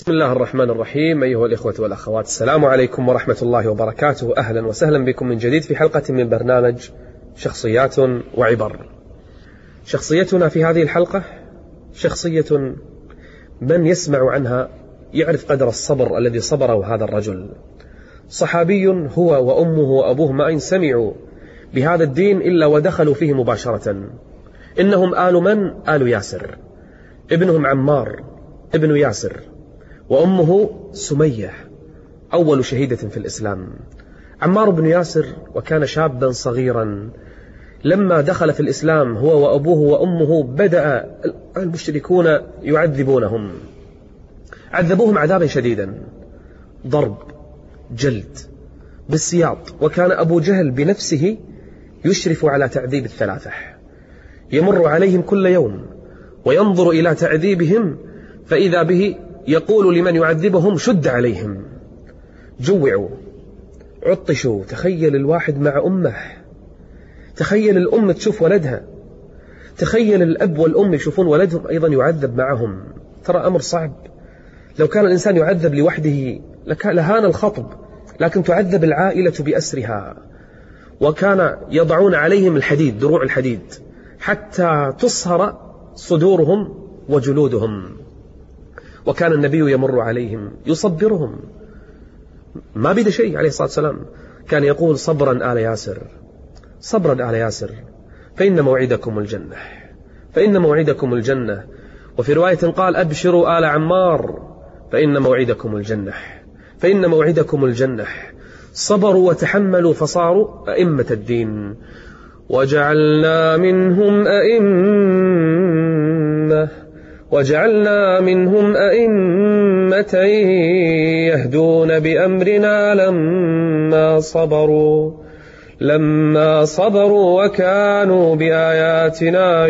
بسم الله الرحمن الرحيم. أيها الإخوة والأخوات، السلام عليكم ورحمة الله وبركاته. أهلا وسهلا بكم من جديد في حلقة من برنامج شخصيات وعبر. شخصيتنا في هذه الحلقة شخصية من يسمع عنها يعرف قدر الصبر الذي صبره هذا الرجل. صحابي هو وأمه وأبوه ما إن سمعوا بهذا الدين إلا ودخلوا فيه مباشرة. إنهم آل من؟ آل ياسر. ابنهم عمار ابن ياسر، وأمه سمية أول شهيدة في الإسلام. عمار بن ياسر وكان شابا صغيرا لما دخل في الإسلام هو وأبوه وأمه بدأ المشركون يعذبونهم. عذبوهم عذابا شديدا، ضرب، جلد، بالسياط. وكان أبو جهل بنفسه يشرف على تعذيب الثلاثة، يمر عليهم كل يوم وينظر إلى تعذيبهم، فإذا به يقول لمن يعذبهم: شد عليهم. جوعوا، عطشوا. تخيل الواحد مع أمه، تخيل الأم تشوف ولدها، تخيل الأب والأم يشوفون ولدهم أيضا يعذب معهم. ترى أمر صعب. لو كان الإنسان يعذب لوحده لهان الخطب، لكن تعذب العائلة بأسرها. وكان يضعون عليهم الحديد، دروع الحديد، حتى تصهر صدورهم وجلودهم. وكان النبي يمر عليهم يصبرهم، ما بدا شيء عليه الصلاة والسلام. كان يقول: صبرا آل ياسر، صبرا آل ياسر، فإن موعدكم الجنة، فإن موعدكم الجنة. وفي رواية قال: أبشروا آل عمار، فإن موعدكم الجنة، فإن موعدكم الجنة. صبروا وتحملوا فصاروا أئمة الدين. وجعلنا منهم أئمة يهدون بأمرنا لما صبروا وكانوا بآياتنا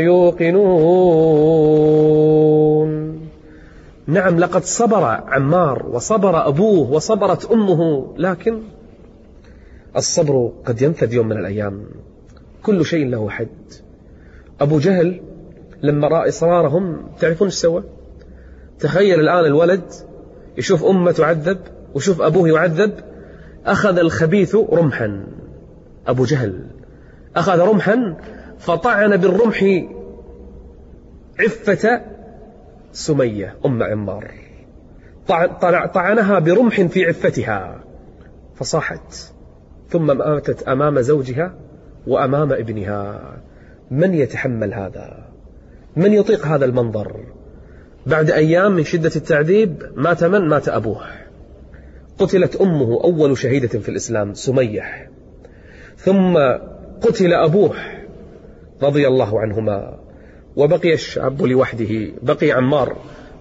يوقنون. نعم، لقد صبر عمار وصبر أبوه وصبرت أمه، لكن الصبر قد ينفذ يوم من الأيام. كل شيء له حد. أبو جهل لما رأى إصرارهم تعرفون ايش سوى؟ تخيل الآن الولد يشوف أمه تعذب ويشوف أبوه يعذب. أخذ الخبيث رمحا، أبو جهل أخذ رمحا فطعن بالرمح عفة سمية أم عمار، طعنها برمح في عفتها فصاحت، ثم ماتت أمام زوجها وأمام ابنها. من يتحمل هذا؟ من يطيق هذا المنظر؟ بعد أيام من شدة التعذيب مات من؟ مات أبوه. قتلت أمه أول شهيدة في الإسلام سمية، ثم قتل أبوه رضي الله عنهما، وبقي الشاب لوحده، بقي عمار.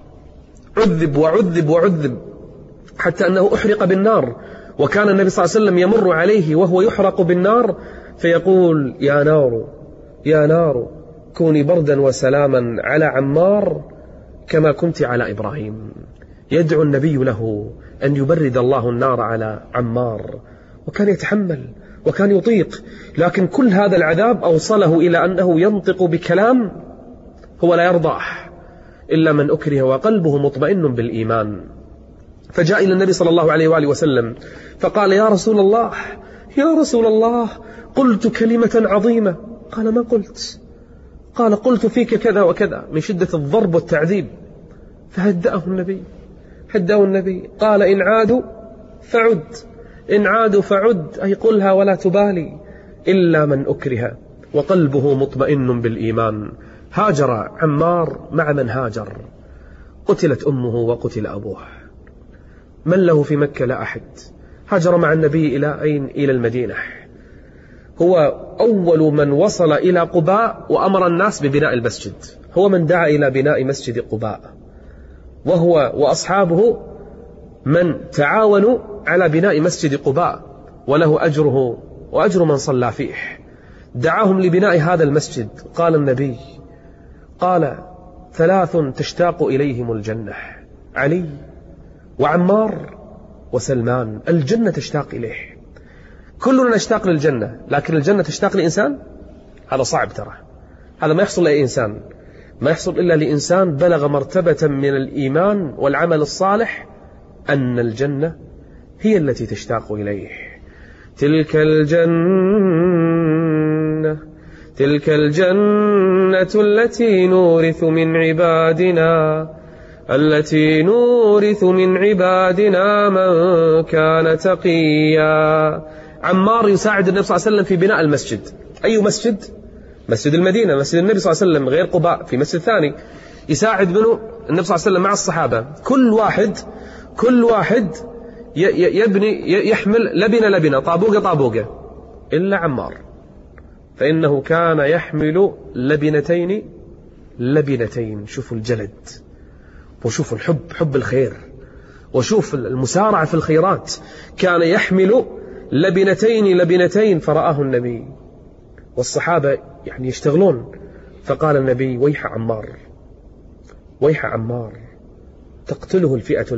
عذب وعذب وعذب حتى أنه أحرق بالنار. وكان النبي صلى الله عليه وسلم يمر عليه وهو يحرق بالنار فيقول: يا نار يا نار كوني بردا وسلاما على عمار كما كنت على إبراهيم. يدعو النبي له أن يبرد الله النار على عمار. وكان يتحمل وكان يطيق، لكن كل هذا العذاب أوصله إلى أنه ينطق بكلام هو لا يرضاه إلا من أكره وقلبه مطمئن بالإيمان. فجاء إلى النبي صلى الله عليه وآله وسلم فقال: يا رسول الله، يا رسول الله، قلت كلمة عظيمة. قال: ما قلت؟ قال: قلت فيك كذا وكذا، من شدة الضرب والتعذيب. فهدأه النبي، قال: إن عادوا فعد، إن عادوا فعد، أي قلها ولا تبالي، إلا من أكره وقلبه مطمئن بالإيمان. هاجر عمار مع من هاجر، قتلت أمه وقتل أبوه. من له في مكة؟ لا أحد. هاجر مع النبي إلى أين؟ إلى المدينة. هو أول من وصل إلى قباء وأمر الناس ببناء المسجد، هو من دعا إلى بناء مسجد قباء، وهو وأصحابه من تعاونوا على بناء مسجد قباء، وله أجره وأجر من صلى فيه. دعاهم لبناء هذا المسجد. قال النبي، قال: 3 تشتاق إليهم الجنة: علي وعمار وسلمان. الجنة تشتاق إليه. كلنا نشتاق للجنة، لكن الجنة تشتاق لإنسان؟ هذا صعب، ترى هذا ما يحصل لأي إنسان. ما يحصل إلا لإنسان بلغ مرتبة من الإيمان والعمل الصالح أن الجنة هي التي تشتاق إليه. تلك الجنة التي نورث من عبادنا من كان تقيا. عمار يساعد النبي صلى الله عليه وسلم في بناء المسجد. أي مسجد؟ مسجد المدينة، مسجد النبي صلى الله عليه وسلم، غير قباء في مسجد ثاني. يساعد منه النبي صلى الله عليه وسلم مع الصحابة، كل واحد يحمل لبنة طابوقة، إلا عمار، فإنه كان يحمل لبنتين. شوفوا الجلد، وشوفوا حب الخير، وشوف المسارعة في الخيرات. كان يحمل لبنتين فرآه النبي والصحابة يعني يشتغلون، فقال النبي: ويح عمار، تقتله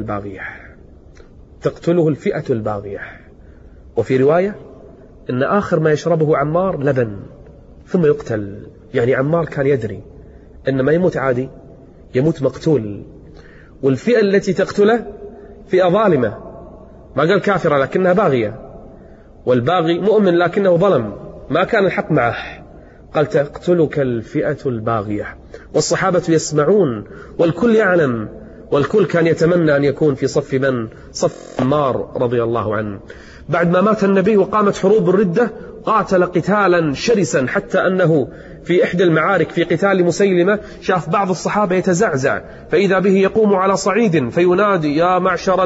الفئة الباغية. وفي رواية إن آخر ما يشربه عمار لبن ثم يقتل. يعني عمار كان يدري إن ما يموت عادي، يموت مقتول. والفئة التي تقتله فئة ظالمة، ما قال كافرة لكنها باغية، والباغي مؤمن لكنه ظلم، ما كان الحق معه، قال: تقتلك الفئة الباغية. والصحابة يسمعون، والكل يعلم، والكل كان يتمنى أن يكون في صف من؟ صف عمار رضي الله عنه. بعد ما مات النبي وقامت حروب الردة، قاتل قتالا شرسا، حتى أنه في إحدى المعارك في قتال مسيلمة شاف بعض الصحابة يتزعزع، فإذا به يقوم على صعيد فينادي: يا معشر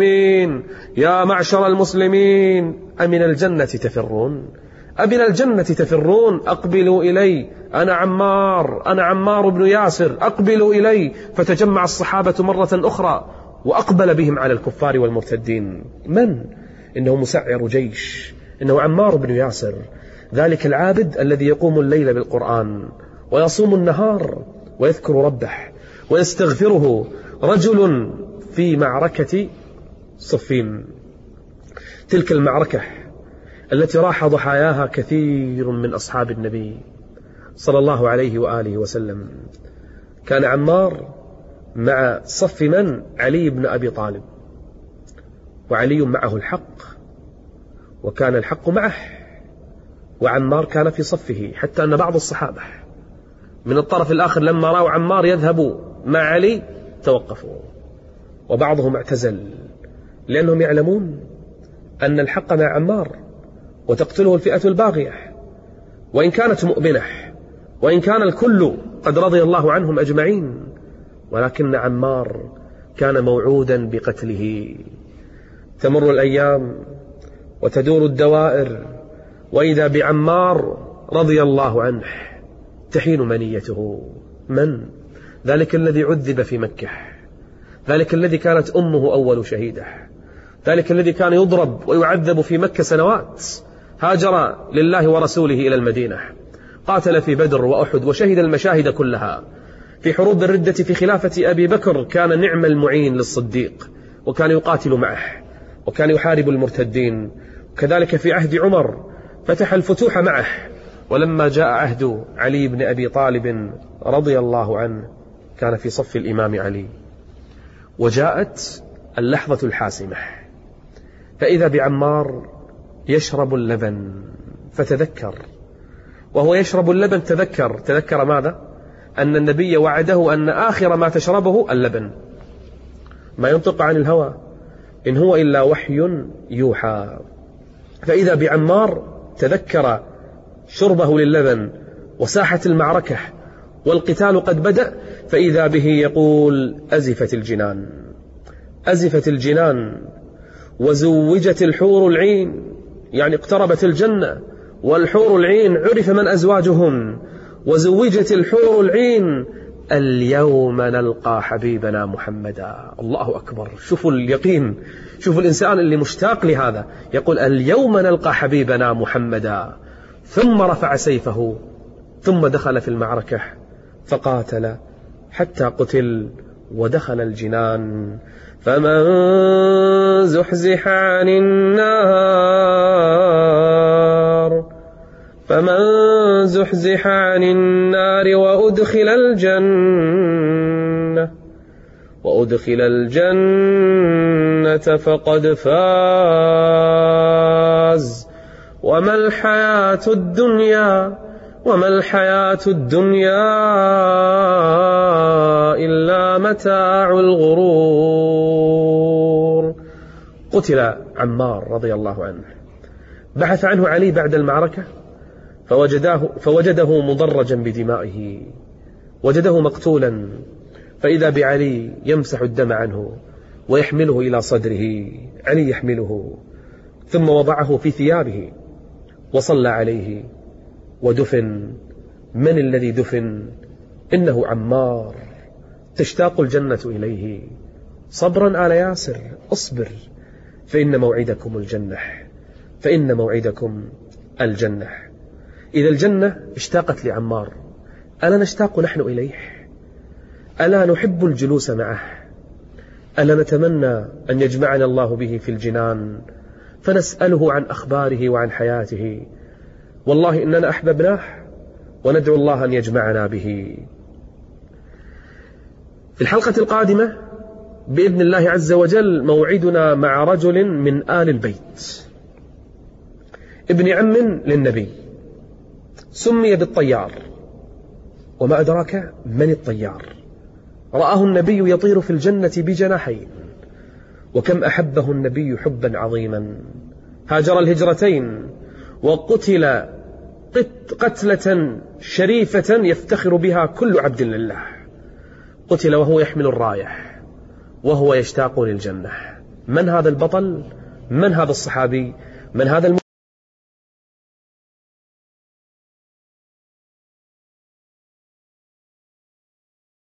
المسلمين، أمن الجنة تفرون؟ أقبلوا إلي، أنا عمار بن ياسر، أقبلوا إلي. فتجمع الصحابة مرة أخرى وأقبل بهم على الكفار والمرتدين. من؟ إنه مسعر جيش، إنه عمار بن ياسر، ذلك العابد الذي يقوم الليل بالقرآن ويصوم النهار ويذكر ربه ويستغفره، رجل في معركة صفين، تلك المعركة التي راح ضحاياها كثير من أصحاب النبي صلى الله عليه وآله وسلم. كان عمار مع صف من؟ علي بن أبي طالب، وعلي معه الحق، وكان الحق معه، وعمار كان في صفه، حتى أن بعض الصحابة من الطرف الآخر لما رأوا عمار يذهب مع علي توقفوا، وبعضهم اعتزل، لأنهم يعلمون أن الحق مع عمار وتقتله الفئة الباغية، وإن كانت مؤمنة، وإن كان الكل قد رضي الله عنهم أجمعين، ولكن عمار كان موعودا بقتله. تمر الأيام وتدور الدوائر، وإذا بعمار رضي الله عنه تحين منيته. من؟ ذلك الذي عذب في مكة، ذلك الذي كانت أمه أول شهيدة، ذلك الذي كان يضرب ويعذب في مكة سنوات، هاجر لله ورسوله إلى المدينة، قاتل في بدر وأحد وشهد المشاهد كلها. في حروب الردة في خلافة أبي بكر كان نعم المعين للصديق، وكان يقاتل معه، وكان يحارب المرتدين. وكذلك في عهد عمر فتح الفتوح معه. ولما جاء عهد علي بن أبي طالب رضي الله عنه كان في صف الإمام علي. وجاءت اللحظة الحاسمة، فإذا بعمار يشرب اللبن، فتذكر، وهو يشرب اللبن تذكر ماذا؟ أن النبي وعده أن آخر ما تشربه اللبن، ما ينطق عن الهوى، إن هو إلا وحي يوحى. فإذا بعمار تذكر شربه للبن وساحة المعركة والقتال قد بدأ، فإذا به يقول: أزفت الجنان وزوجت الحور العين، يعني اقتربت الجنة، والحور العين عرف من أزواجهم، وزوجت الحور العين، اليوم نلقى حبيبنا محمدا. الله أكبر، شوفوا اليقين، شوفوا الإنسان اللي مشتاق لهذا، يقول: اليوم نلقى حبيبنا محمدا. ثم رفع سيفه، ثم دخل في المعركة فقاتل حتى قتل ودخل الجنان. فمن زحزح عن النار فمن زحزح عن النار وأدخل الجنة فقد فاز وما الحياة الدنيا إلا متاع الغرور. قتل عمار رضي الله عنه، بحث عنه علي بعد المعركة فوجده مضرجا بدمائه، وجده مقتولا، فإذا بعلي يمسح الدم عنه ويحمله إلى صدره. علي يحمله ثم وضعه في ثيابه وصلى عليه ودفن. من الذي دفن؟ إنه عمار، تشتاق الجنة إليه. صبرا آل ياسر، اصبر، فإن موعدكم الجنة. إذا الجنة اشتاقت لعمار، ألا نشتاق نحن إليه؟ ألا نحب الجلوس معه؟ ألا نتمنى أن يجمعنا الله به في الجنان فنسأله عن أخباره وعن حياته؟ والله إننا أحببناه وندعو الله أن يجمعنا به. في الحلقة القادمة بإذن الله عز وجل موعدنا مع رجل من آل البيت، ابن عم للنبي، سمي بالطيار. وما أدراك من الطيار؟ رآه النبي يطير في الجنة بجناحين، وكم أحبه النبي حبا عظيما. هاجر الهجرتين وقتل قتلة شريفة يفتخر بها كل عبد لله. قتل وهو يحمل الرايح وهو يشتاق للجنة. من هذا البطل؟ من هذا الصحابي؟ من هذا